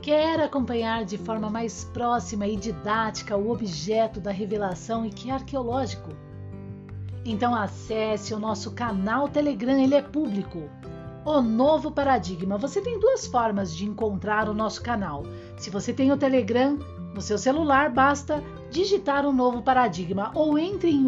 Quer acompanhar de forma mais próxima e didática o objeto da revelação e que é arqueológico? Então acesse o nosso canal Telegram, ele é público. O Novo Paradigma. Você tem duas formas de encontrar o nosso canal. Se você tem o Telegram, no seu celular basta digitar o Novo Paradigma ou entre em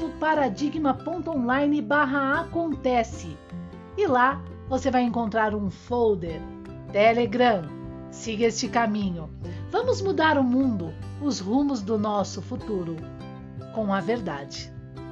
novoparadigma.online/acontece e lá você vai encontrar um folder Telegram. Siga este caminho. Vamos mudar o mundo, os rumos do nosso futuro, com a verdade.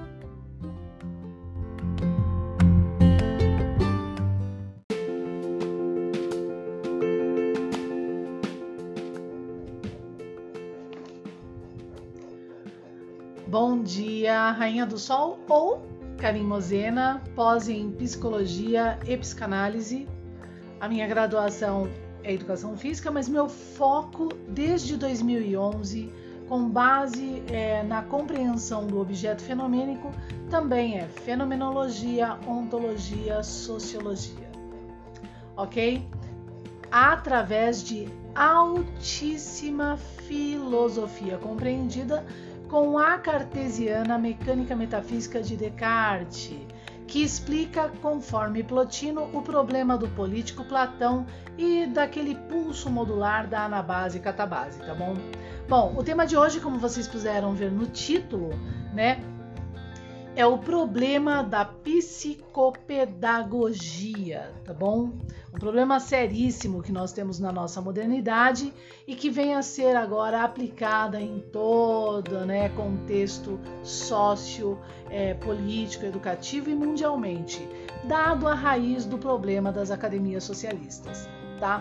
Bom dia, Rainha do Sol ou Karim Mosena, pós em Psicologia e Psicanálise. A minha graduação é Educação Física, mas meu foco desde 2011, com base na compreensão do objeto fenomênico, também é Fenomenologia, Ontologia, Sociologia. Ok? Através de altíssima filosofia compreendida com a cartesiana mecânica metafísica de Descartes, que explica, conforme Plotino, o problema do político Platão e daquele pulso modular da anabase e catabase, tá bom? Bom, o tema de hoje, como vocês puderam ver no título, né, é o problema da psicopedagogia, tá bom? Um problema seríssimo que nós temos na nossa modernidade e que vem a ser agora aplicada em todo, contexto político, educativo e mundialmente, dado a raiz do problema das academias socialistas, tá?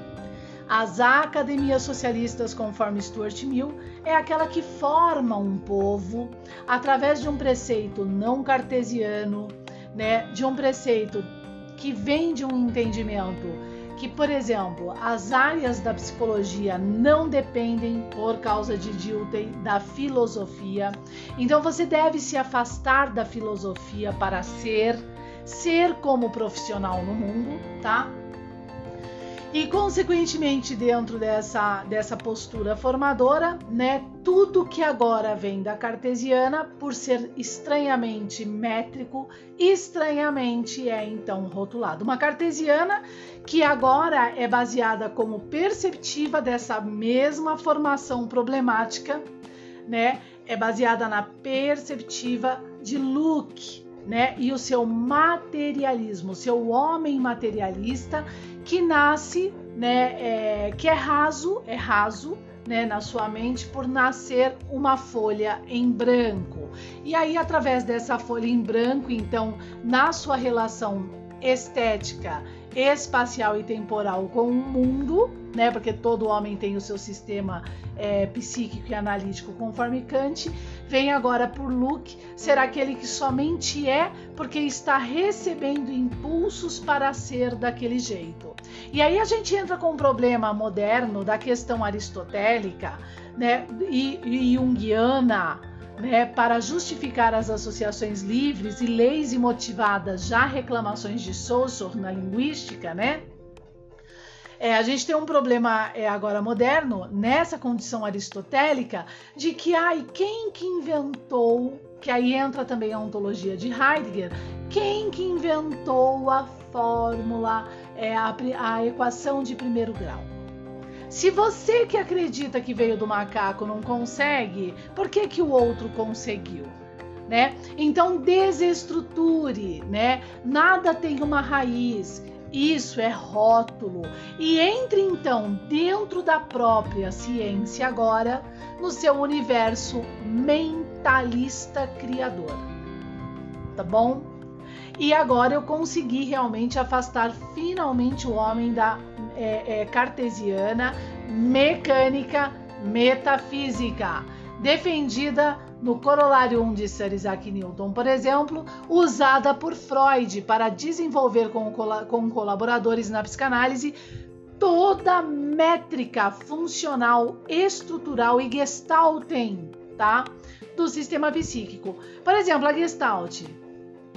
As academias socialistas, conforme Stuart Mill, é aquela que forma um povo através de um preceito não cartesiano, de um preceito que vem de um entendimento que, por exemplo, as áreas da psicologia não dependem, por causa de Dilthey, da filosofia. Então você deve se afastar da filosofia para ser como profissional no mundo, tá? E, consequentemente, dentro dessa postura formadora, tudo que agora vem da cartesiana, por ser estranhamente métrico, estranhamente é então rotulado. Uma cartesiana que agora é baseada como perceptiva dessa mesma formação problemática, é baseada na perceptiva de Locke, e o seu materialismo, o seu homem materialista que nasce, que é raso, na sua mente por nascer uma folha em branco. E aí, através dessa folha em branco, então, na sua relação estética, espacial e temporal com o mundo, porque todo homem tem o seu sistema psíquico e analítico conforme Kant, vem agora por Locke ser aquele que somente é porque está recebendo impulsos para ser daquele jeito. E aí a gente entra com um problema moderno da questão aristotélica, e junguiana, para justificar as associações livres e leis imotivadas, já reclamações de Saussure na linguística, a gente tem um problema agora moderno, nessa condição aristotélica, de que quem que inventou, que aí entra também a ontologia de Heidegger, quem que inventou a fórmula, a equação de primeiro grau? Se você que acredita que veio do macaco não consegue, por que que o outro conseguiu? Então desestruture, nada tem uma raiz. Isso é rótulo. E entre então dentro da própria ciência agora no seu universo mentalista criador. Tá bom? E agora eu consegui realmente afastar finalmente o homem da cartesiana mecânica metafísica, defendida no Corolário 1 de Sir Isaac Newton, por exemplo, usada por Freud para desenvolver com colaboradores na psicanálise toda métrica funcional, estrutural e gestalten, tá? Do sistema psíquico. Por exemplo, a Gestalt.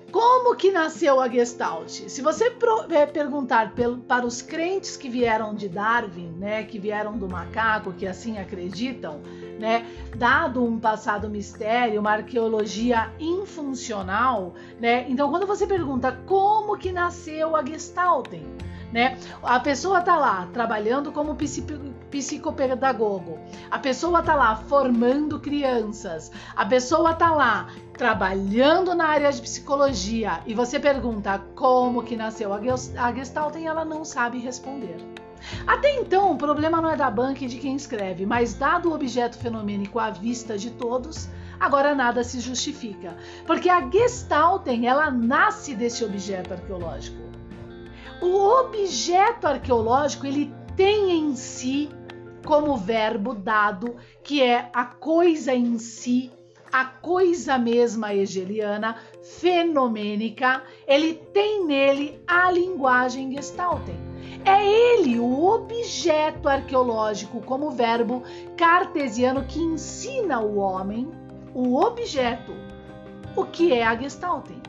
Como que nasceu a Gestalt? Se você perguntar para os crentes que vieram de Darwin, né, que vieram do macaco, que assim acreditam, né, dado um passado mistério, uma arqueologia infuncional, né, então quando você pergunta como que nasceu a Gestalten, né, a pessoa tá lá trabalhando como psicopedagogo, a pessoa tá lá formando crianças, a pessoa tá lá trabalhando na área de psicologia e você pergunta como que nasceu a Gestalten, ela não sabe responder. Até então, o problema não é da banca e de quem escreve, mas dado o objeto fenomênico à vista de todos, agora nada se justifica, porque a Gestalten, ela nasce desse objeto arqueológico. O objeto arqueológico, ele tem em si como verbo dado, que é a coisa em si, a coisa mesma hegeliana, fenomênica, ele tem nele a linguagem Gestalten. É ele, o objeto arqueológico, como verbo cartesiano que ensina o homem, o objeto, o que é a Gestalten.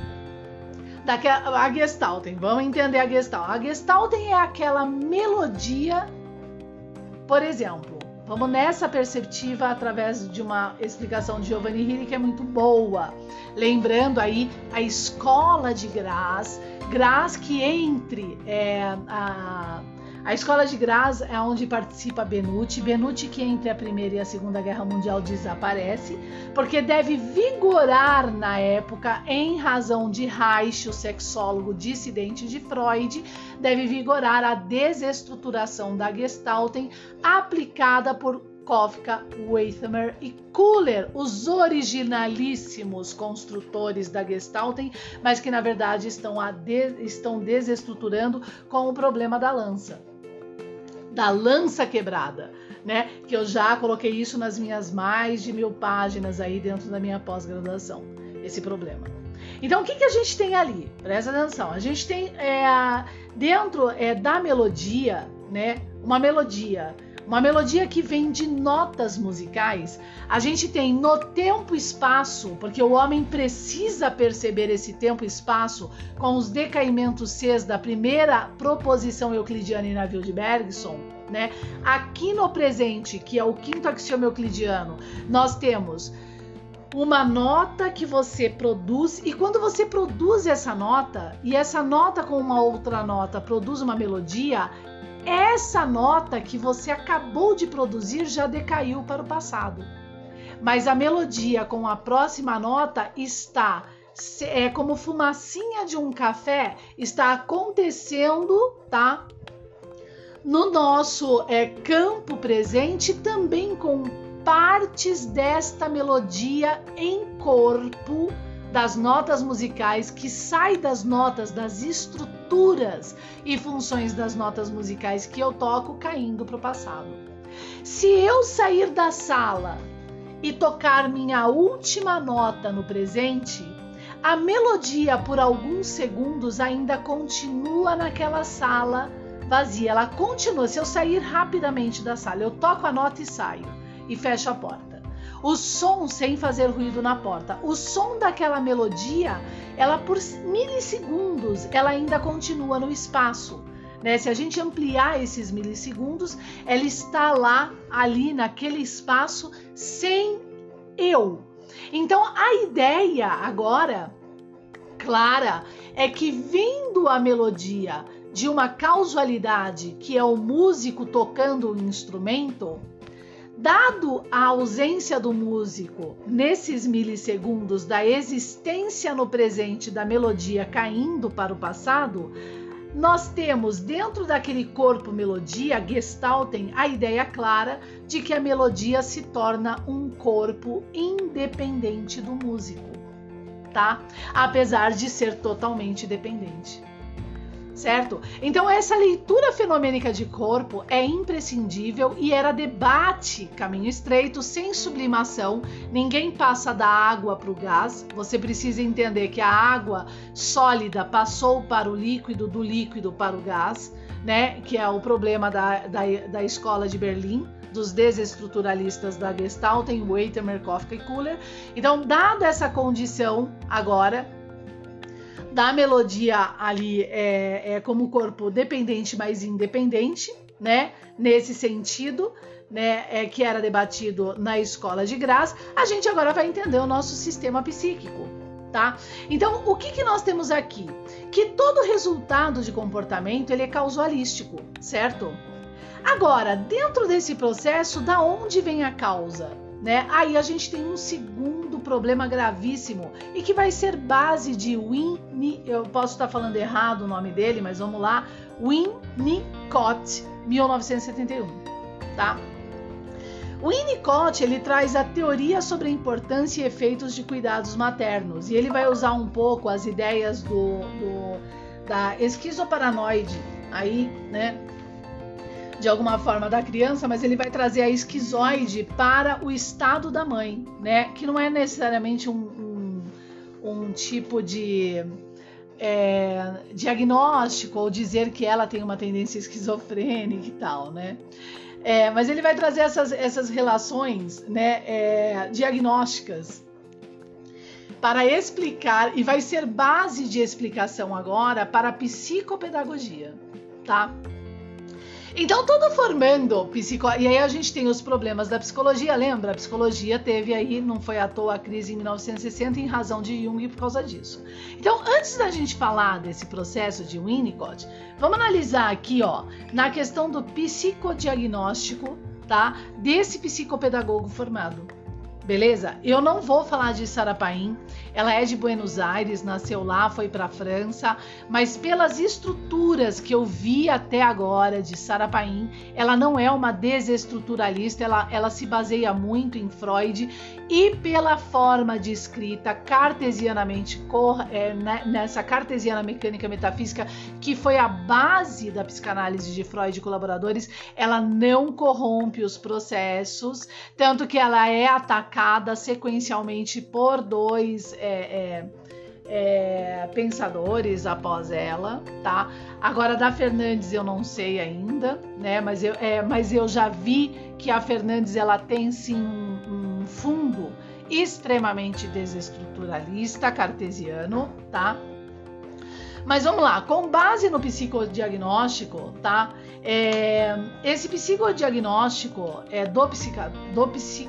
A Gestalten, vamos entender a Gestalten. A Gestalten é aquela melodia, por exemplo, vamos nessa perceptiva através de uma explicação de Giovanni Riri que é muito boa. Lembrando aí a escola de Graz que entre a escola de Graz é onde participa Benucci que entre a Primeira e a Segunda Guerra Mundial desaparece, porque deve vigorar na época, em razão de Reich, o sexólogo dissidente de Freud, deve vigorar a desestruturação da Gestalten aplicada por Kafka, Wertheimer e Kuller, os originalíssimos construtores da Gestalten, mas que na verdade estão desestruturando com o problema da lança quebrada, né? Que eu já coloquei isso nas minhas mais de 1000 páginas aí dentro da minha pós-graduação, esse problema. Então, o que a gente tem ali? Presta atenção, a gente tem dentro da melodia, né? Uma melodia que vem de notas musicais. A gente tem no tempo e espaço, porque o homem precisa perceber esse tempo e espaço com os decaimentos Cs da primeira proposição euclidiana em navio de Bergson, né? Aqui no presente, que é o quinto axioma euclidiano, nós temos uma nota que você produz, e quando você produz essa nota, e essa nota com uma outra nota produz uma melodia, essa nota que você acabou de produzir já decaiu para o passado. Mas a melodia com a próxima nota está, como fumacinha de um café, está acontecendo, tá? No nosso campo presente, também com partes desta melodia em corpo das notas musicais, que sai das notas, das estruturas e funções das notas musicais que eu toco, caindo para o passado. Se eu sair da sala e tocar minha última nota no presente, a melodia por alguns segundos ainda continua naquela sala vazia, ela continua. Se eu sair rapidamente da sala, eu toco a nota e saio e fecho a porta. O som, sem fazer ruído na porta, o som daquela melodia, ela por milissegundos, ela ainda continua no espaço, né? Se a gente ampliar esses milissegundos, ela está lá, ali naquele espaço, sem eu. Então a ideia agora, clara, é que vindo a melodia de uma causalidade, que é o músico tocando o instrumento, dado a ausência do músico nesses milissegundos da existência no presente da melodia caindo para o passado, nós temos dentro daquele corpo melodia, Gestalten, a ideia clara de que a melodia se torna um corpo independente do músico, tá? Apesar de ser totalmente dependente. Certo? Então essa leitura fenomênica de corpo é imprescindível e era debate, caminho estreito, sem sublimação. Ninguém passa da água para o gás. Você precisa entender que a água sólida passou para o líquido, do líquido para o gás, né? Que é o problema da escola de Berlim, dos desestruturalistas da Gestalten, Wertheimer, Kafka e Kuller. Então, dada essa condição agora, da melodia ali como corpo dependente, mas independente, né? Nesse sentido, né? Que era debatido na escola de Graz, a gente agora vai entender o nosso sistema psíquico, tá? Então, o que nós temos aqui? Que todo resultado de comportamento ele é causalístico, certo? Agora, dentro desse processo, da onde vem a causa? Né? Aí a gente tem um segundo problema gravíssimo e que vai ser base de eu posso estar falando errado o nome dele, mas vamos lá, Winnicott, 1971, tá? O Winnicott, ele traz a teoria sobre a importância e efeitos de cuidados maternos e ele vai usar um pouco as ideias da esquizoparanoide aí, né? De alguma forma da criança, mas ele vai trazer a esquizoide para o estado da mãe, né? Que não é necessariamente um tipo de diagnóstico ou dizer que ela tem uma tendência esquizofrênica e tal, né? Mas ele vai trazer essas relações, né, diagnósticas para explicar e vai ser base de explicação agora para a psicopedagogia, tá? Então, todo formando e aí a gente tem os problemas da psicologia, lembra? A psicologia teve aí, não foi à toa a crise em 1960 em razão de Jung por causa disso. Então, antes da gente falar desse processo de Winnicott, vamos analisar aqui, ó, na questão do psicodiagnóstico, tá? Desse psicopedagogo formado. Beleza? Eu não vou falar de Sarah Paim, ela é de Buenos Aires, nasceu lá, foi para a França, mas pelas estruturas que eu vi até agora de Sarah Paim, ela não é uma desestruturalista, ela se baseia muito em Freud e pela forma de escrita cartesianamente, nessa cartesiana mecânica metafísica, que foi a base da psicanálise de Freud e colaboradores, ela não corrompe os processos, tanto que ela é atacada sequencialmente por dois pensadores após ela, tá? Agora da Fernandes eu não sei ainda, né? Mas eu já vi que a Fernandes ela tem sim um fundo extremamente desestruturalista cartesiano, tá? Mas vamos lá, com base no psicodiagnóstico, tá? Esse psicodiagnóstico do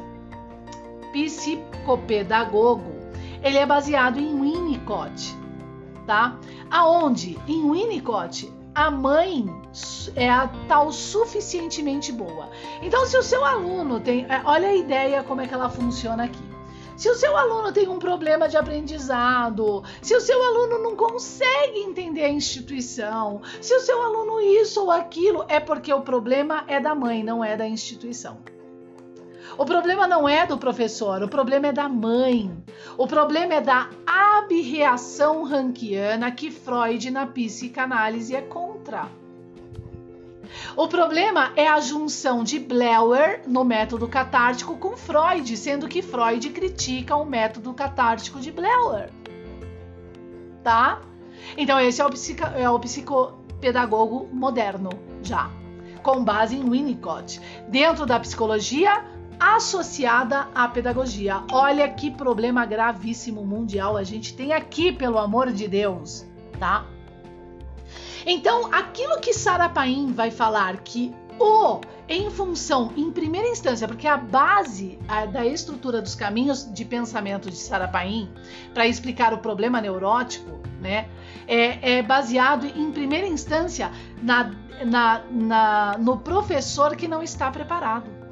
psicopedagogo, ele é baseado em Winnicott, tá? Aonde, em Winnicott, a mãe é a tal suficientemente boa. Então, se o seu aluno tem... Olha a ideia como é que ela funciona aqui. Se o seu aluno tem um problema de aprendizado, se o seu aluno não consegue entender a instituição, se o seu aluno isso ou aquilo, é porque o problema é da mãe, não é da instituição. O problema não é do professor, o problema é da mãe. O problema é da abreação ranquiana que Freud na psicanálise é contra. O problema é a junção de Bleuler no método catártico com Freud, sendo que Freud critica o método catártico de Bleuler. Tá? Então esse é o psicopedagogo moderno já, com base em Winnicott. Dentro da psicologia associada à pedagogia. Olha que problema gravíssimo mundial a gente tem aqui, pelo amor de Deus, tá? Então, aquilo que Sarah Paim vai falar que em função, em primeira instância, porque a base da estrutura dos caminhos de pensamento de Sarah Paim para explicar o problema neurótico, né, é baseado em primeira instância no professor que não está preparado.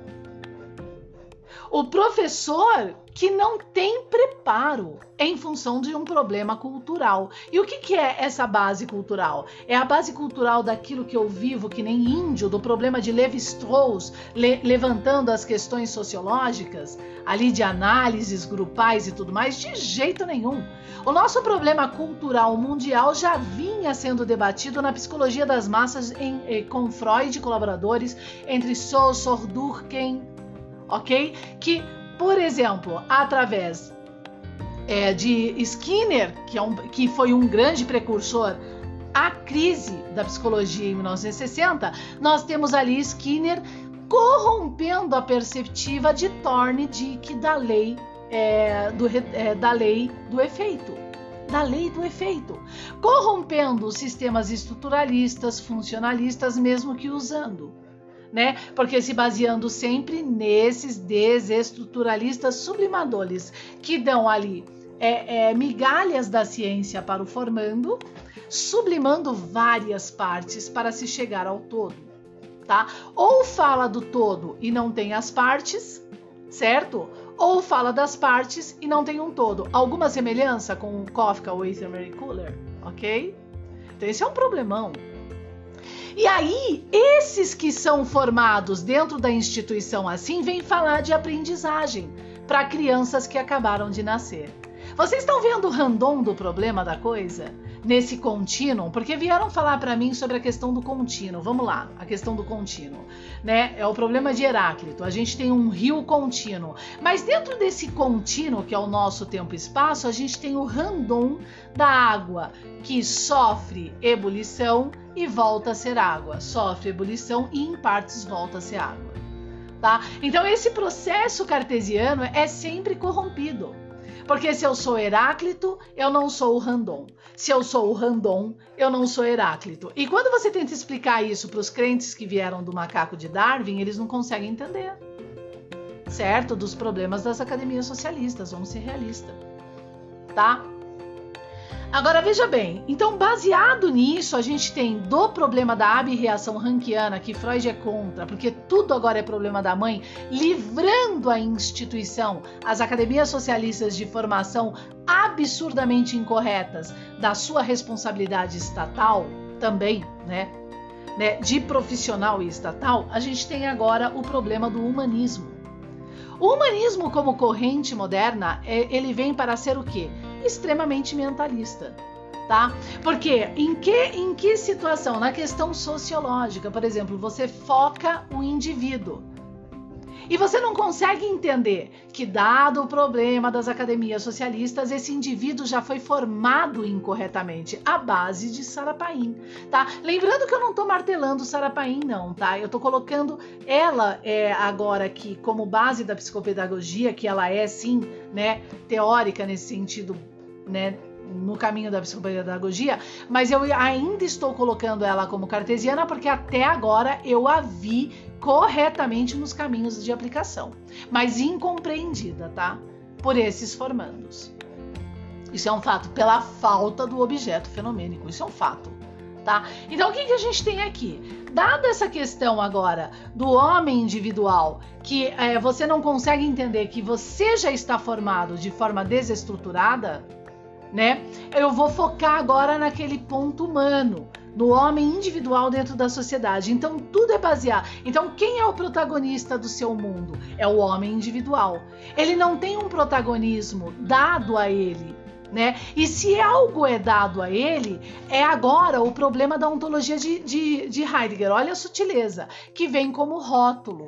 O professor que não tem preparo em função de um problema cultural. E o que é essa base cultural? É a base cultural daquilo que eu vivo, que nem índio, do problema de Levi-Strauss, levantando as questões sociológicas, ali de análises grupais e tudo mais? De jeito nenhum. O nosso problema cultural mundial já vinha sendo debatido na psicologia das massas com Freud e colaboradores, entre Saussure, Durkheim, ok? Que, por exemplo, através de Skinner, que foi um grande precursor à crise da psicologia em 1960, nós temos ali Skinner corrompendo a perceptiva de Thorndike da lei do efeito, da lei do efeito, corrompendo os sistemas estruturalistas, funcionalistas, mesmo que usando, né? Porque se baseando sempre nesses desestruturalistas sublimadores que dão ali migalhas da ciência para o formando, sublimando várias partes para se chegar ao todo, tá? Ou fala do todo e não tem as partes, certo? Ou fala das partes e não tem um todo. Alguma semelhança com o Kafka ou Ether Cooler, ok? Então esse é um problemão. E aí, esses que são formados dentro da instituição assim, vêm falar de aprendizagem para crianças que acabaram de nascer. Vocês estão vendo o random do problema da coisa? Nesse contínuo? Porque vieram falar para mim sobre a questão do contínuo. Vamos lá, a questão do contínuo, né? É o problema de Heráclito. A gente tem um rio contínuo. Mas dentro desse contínuo, que é o nosso tempo e espaço, a gente tem o random da água, que sofre ebulição e volta a ser água. Sofre ebulição e em partes volta a ser água, tá? Então esse processo cartesiano é sempre corrompido. Porque se eu sou Heráclito, eu não sou o random. Se eu sou o random, eu não sou Heráclito. E quando você tenta explicar isso para os crentes que vieram do macaco de Darwin, eles não conseguem entender, certo? Dos problemas das academias socialistas, vamos ser realistas, tá? Agora veja bem, então baseado nisso a gente tem do problema da abreação rankiana, que Freud é contra, porque tudo agora é problema da mãe, livrando a instituição, as academias socialistas de formação absurdamente incorretas da sua responsabilidade estatal também, né, de profissional e estatal, a gente tem agora o problema do humanismo. O humanismo como corrente moderna, ele vem para ser o quê? Extremamente mentalista, tá? Porque em que situação? Na questão sociológica, por exemplo, você foca o indivíduo e você não consegue entender que, dado o problema das academias socialistas, esse indivíduo já foi formado incorretamente à base de Sarah Pain, tá? Lembrando que eu não tô martelando Sarah Pain, não, tá? Eu tô colocando ela agora aqui como base da psicopedagogia, que ela é sim, né, teórica nesse sentido, né, no caminho da psicopedagogia, mas eu ainda estou colocando ela como cartesiana porque até agora eu a vi corretamente nos caminhos de aplicação, mas incompreendida, tá? Por esses formandos. Isso é um fato, pela falta do objeto fenomênico, isso é um fato, tá? Então o que a gente tem aqui? Dada essa questão agora do homem individual, que você não consegue entender que você já está formado de forma desestruturada, né? Eu vou focar agora naquele ponto humano, no homem individual dentro da sociedade. Então tudo é baseado. Então quem é o protagonista do seu mundo? É o homem individual. Ele não tem um protagonismo dado a ele, né? E se algo é dado a ele, é agora o problema da ontologia de Heidegger. Olha a sutileza, que vem como rótulo,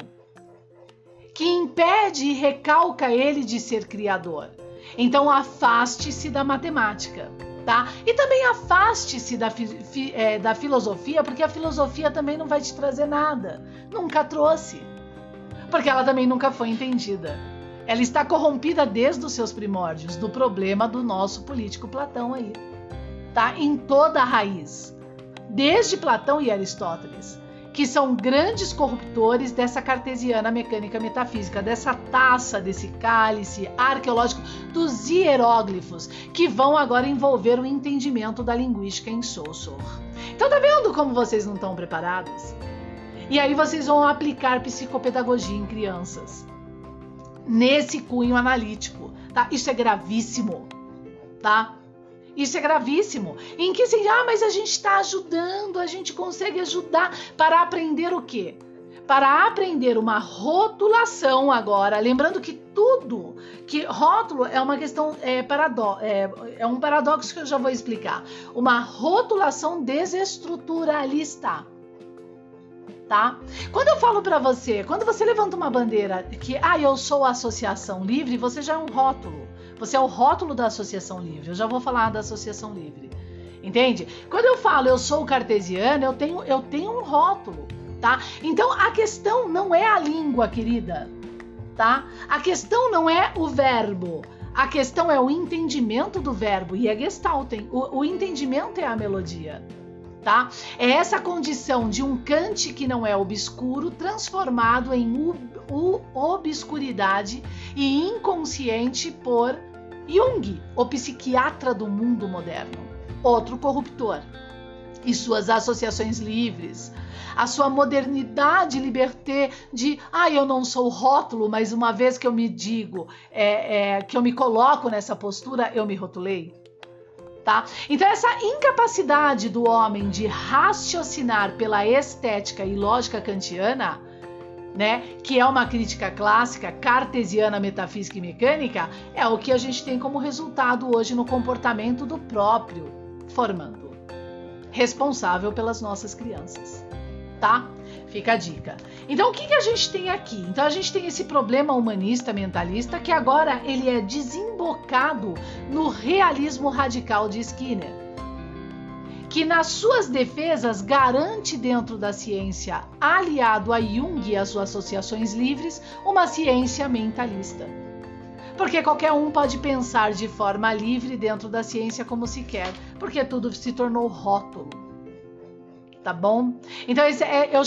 que impede e recalca ele de ser criador. Então afaste-se da matemática, tá? E também afaste-se da filosofia, porque a filosofia também não vai te trazer nada. Nunca trouxe. Porque ela também nunca foi entendida. Ela está corrompida desde os seus primórdios, do problema do nosso político Platão aí, tá? Em toda a raiz. Desde Platão e Aristóteles, que são grandes corruptores dessa cartesiana mecânica metafísica, dessa taça, desse cálice arqueológico, dos hieróglifos, que vão agora envolver o entendimento da linguística em Saussure. Então tá vendo como vocês não estão preparados? E aí vocês vão aplicar psicopedagogia em crianças, nesse cunho analítico, tá? Isso é gravíssimo, tá? Isso é gravíssimo. Em que mas a gente está ajudando, a gente consegue ajudar para aprender o quê? Para aprender uma rotulação agora. Lembrando que tudo, que rótulo é uma questão, é um paradoxo que eu já vou explicar. Uma rotulação desestruturalista. Tá? Quando eu falo para você, quando você levanta uma bandeira que, eu sou a associação livre, você já é um rótulo. Você é o rótulo da associação livre. Eu já vou falar da associação livre. Entende? Quando eu falo eu sou cartesiano, eu tenho um rótulo, tá? Então a questão não é a língua, querida, tá? A questão não é o verbo. A questão é o entendimento do verbo e é Gestalten. O entendimento é a melodia, tá? É essa condição de um Kant que não é obscuro transformado em obscuridade e inconsciente por Jung, o psiquiatra do mundo moderno, outro corruptor, e suas associações livres, a sua modernidade liberté de eu não sou rótulo, mas uma vez que eu me digo, que eu me coloco nessa postura, eu me rotulei. Tá? Então essa incapacidade do homem de raciocinar pela estética e lógica kantiana, né, que é uma crítica clássica cartesiana, metafísica e mecânica, é o que a gente tem como resultado hoje no comportamento do próprio formando, responsável pelas nossas crianças, tá? Fica a dica. Então o que a gente tem aqui? Então a gente tem esse problema humanista, mentalista, que agora ele é desembocado no realismo radical de Skinner, que nas suas defesas garante dentro da ciência, aliado a Jung e as suas associações livres, uma ciência mentalista. Porque qualquer um pode pensar de forma livre dentro da ciência como se quer, porque tudo se tornou rótulo. Tá bom? Então eu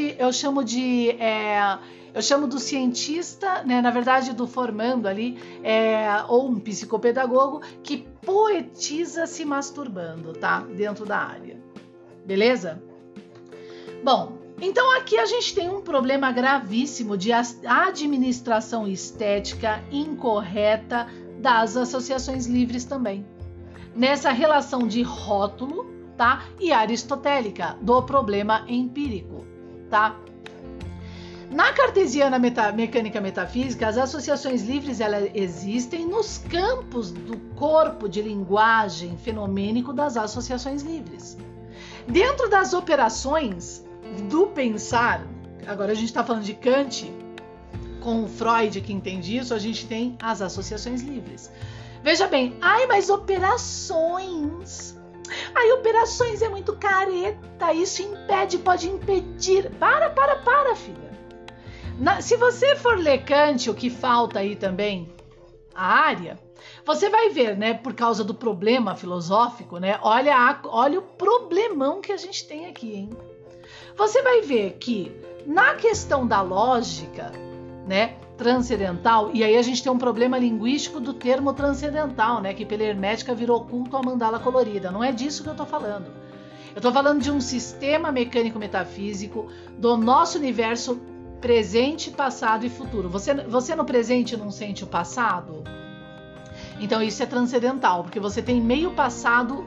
chamo do cientista, né, na verdade do formando ali, ou um psicopedagogo que poetiza se masturbando, tá? Dentro da área. Beleza? Bom, então aqui a gente tem um problema gravíssimo de administração estética incorreta das associações livres também. Nessa relação de rótulo, tá? E aristotélica do problema empírico, tá? Na cartesiana mecânica metafísica, as associações livres elas existem nos campos do corpo de linguagem fenomênico das associações livres. Dentro das operações do pensar, agora a gente está falando de Kant, com Freud que entende isso, a gente tem as associações livres. Veja bem, mas operações... operações é muito careta, isso impede, pode impedir. Para, filha. Se você for ler Kant, o que falta aí também, a área, você vai ver, né, por causa do problema filosófico, né, olha o problemão que a gente tem aqui, hein. Você vai ver que na questão da lógica, né, transcendental, e aí a gente tem um problema linguístico do termo transcendental, né, que pela hermética virou culto à mandala colorida. Não é disso que eu tô falando. Eu tô falando de um sistema mecânico metafísico do nosso universo presente, passado e futuro. Você no presente não sente o passado? Então isso é transcendental, porque você tem meio passado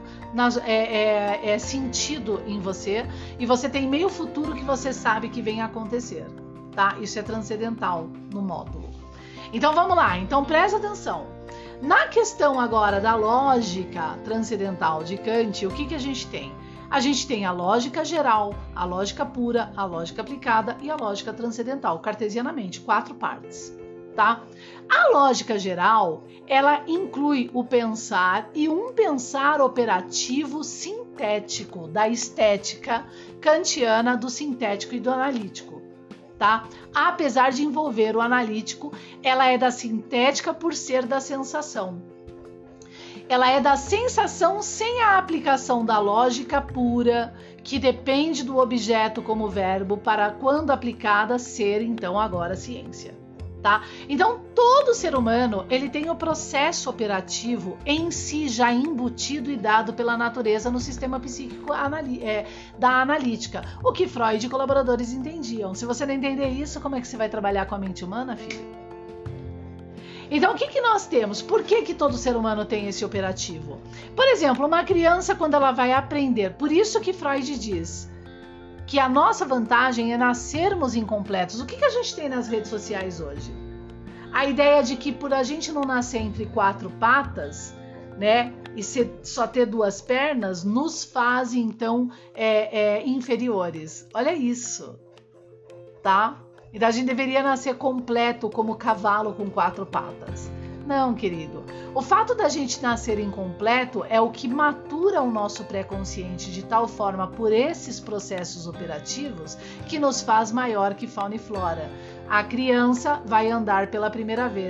sentido em você e você tem meio futuro que você sabe que vem a acontecer. Tá? Isso é transcendental no módulo. Então vamos lá, então presta atenção. Na questão agora da lógica transcendental de Kant, o que a gente tem? A gente tem a lógica geral, a lógica pura, a lógica aplicada e a lógica transcendental, cartesianamente, 4 partes. Tá? A lógica geral, ela inclui o pensar e um pensar operativo sintético da estética kantiana do sintético e do analítico. Tá? Apesar de envolver o analítico, ela é da sintética por ser da sensação. Ela é da sensação sem a aplicação da lógica pura, que depende do objeto como verbo para, quando aplicada, ser então agora ciência. Tá? Então todo ser humano ele tem o processo operativo em si já embutido e dado pela natureza no sistema psíquico da analítica, o que Freud e colaboradores entendiam. Se você não entender isso, como é que você vai trabalhar com a mente humana, filho? Então o que nós temos? Por que todo ser humano tem esse operativo? Por exemplo, uma criança quando ela vai aprender, por isso que Freud diz que a nossa vantagem é nascermos incompletos. O que a gente tem nas redes sociais hoje? A ideia de que por a gente não nascer entre 4 patas, né, e só ter 2 pernas, nos faz, então, inferiores. Olha isso, tá? E a gente deveria nascer completo como cavalo com 4 patas. Não, querido. O fato da gente nascer incompleto é o que matura o nosso pré-consciente de tal forma por esses processos operativos que nos faz maior que fauna e flora. A criança vai andar pela primeira vez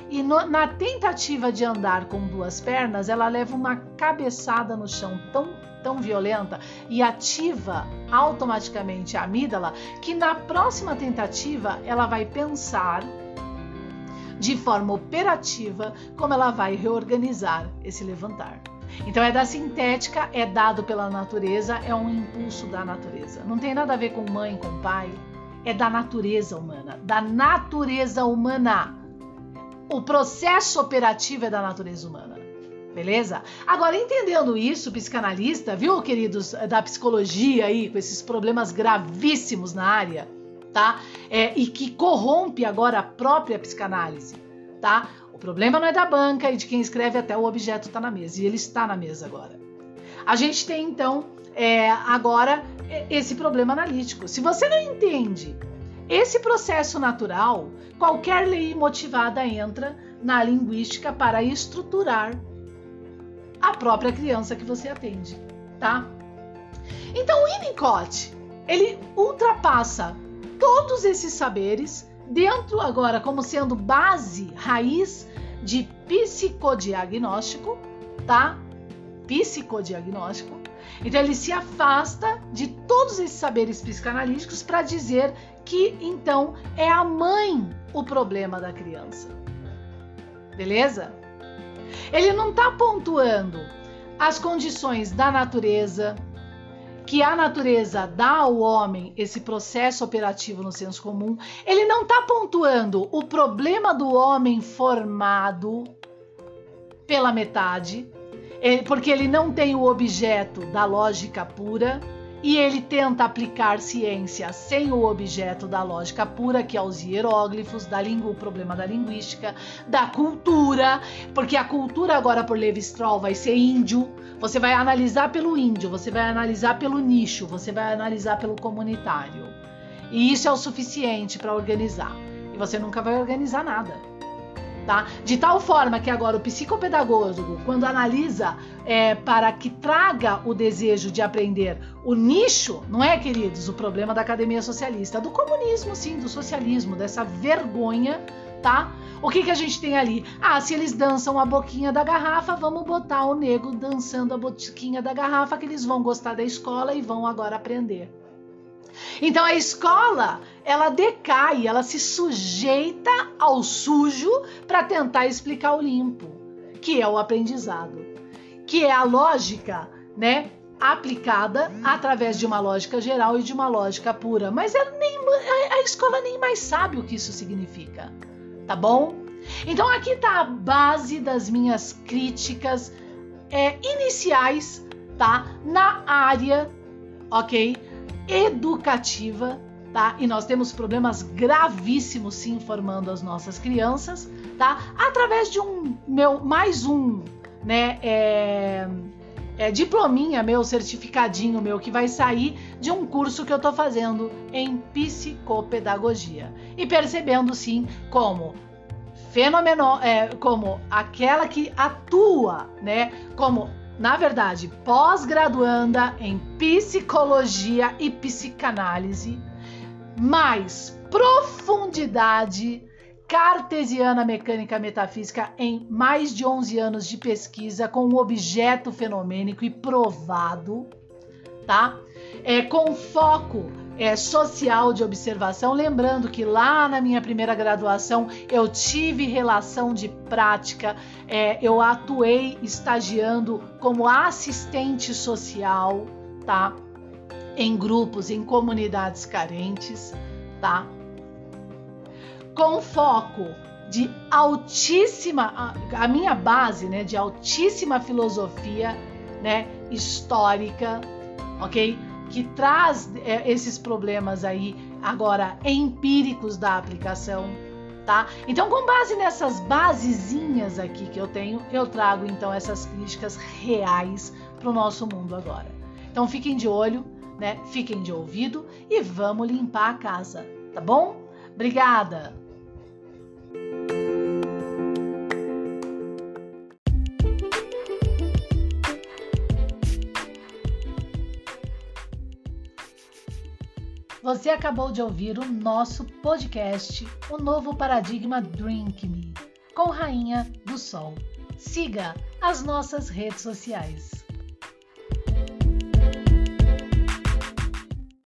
e na tentativa de andar com duas pernas, ela leva uma cabeçada no chão tão violenta e ativa automaticamente a amígdala, que na próxima tentativa ela vai pensar de forma operativa como ela vai reorganizar esse levantar. Então é da sintética, é dado pela natureza, é um impulso da natureza. Não tem nada a ver com mãe, com pai, é da natureza humana, O processo operativo é da natureza humana, beleza? Agora, entendendo isso, psicanalista, viu, queridos da psicologia aí, com esses problemas gravíssimos na área, tá? E que corrompe agora a própria psicanálise, tá? O problema não é da banca e de quem escreve, até o objeto está na mesa, e ele está na mesa agora. A gente tem, então, agora esse problema analítico. Se você não entende esse processo natural, qualquer lei motivada entra na linguística para estruturar a própria criança que você atende, tá? Então, o Winnicott, ele ultrapassa todos esses saberes dentro agora como sendo base, raiz de psicodiagnóstico, tá? Psicodiagnóstico. Então ele se afasta de todos esses saberes psicanalíticos para dizer que então é a mãe o problema da criança. Beleza? Ele não está pontuando as condições da natureza, que a natureza dá ao homem esse processo operativo no senso comum. Ele não está pontuando o problema do homem formado pela metade, porque ele não tem o objeto da lógica pura e ele tenta aplicar ciência sem o objeto da lógica pura, que é os hieróglifos, da língua, o problema da linguística, da cultura, porque a cultura agora por Levi-Strauss vai ser índio. Você vai analisar pelo índio, você vai analisar pelo nicho, você vai analisar pelo comunitário. E isso é o suficiente para organizar. E você nunca vai organizar nada. Tá? De tal forma que agora o psicopedagogo, quando analisa para que traga o desejo de aprender o nicho, não é, queridos, o problema da academia socialista, do comunismo, sim, do socialismo, dessa vergonha, tá? O que a gente tem ali? Se eles dançam a boquinha da garrafa, vamos botar o nego dançando a boquinha da garrafa, que eles vão gostar da escola e vão agora aprender. Então a escola, ela decai, ela se sujeita ao sujo para tentar explicar o limpo, que é o aprendizado, que é a lógica, né, aplicada através de uma lógica geral e de uma lógica pura. Mas a escola nem mais sabe o que isso significa, tá bom? Então aqui tá a base das minhas críticas iniciais, tá, na área, ok, educativa, tá? E nós temos problemas gravíssimos sim formando as nossas crianças, tá? Através de mais um, né, diplominha meu, certificadinho meu, que vai sair de um curso que eu tô fazendo em psicopedagogia. E percebendo sim como como aquela que atua, né, como, na verdade, pós-graduanda em psicologia e psicanálise, mais profundidade cartesiana, mecânica, metafísica em mais de 11 anos de pesquisa com um objeto fenomênico e provado, tá? Com foco social de observação, lembrando que lá na minha primeira graduação eu tive relação de prática, eu atuei estagiando como assistente social, tá? Em grupos, em comunidades carentes, tá? Com foco de altíssima, a minha base, né, de altíssima filosofia, né, histórica, ok? Que traz esses problemas aí agora empíricos da aplicação, tá? Então, com base nessas basezinhas aqui que eu tenho, eu trago então essas críticas reais para o nosso mundo agora. Então, fiquem de olho, né? Fiquem de ouvido e vamos limpar a casa, tá bom? Obrigada! Você acabou de ouvir o nosso podcast, o novo paradigma Drink Me. com Rainha do Sol. Siga as nossas redes sociais.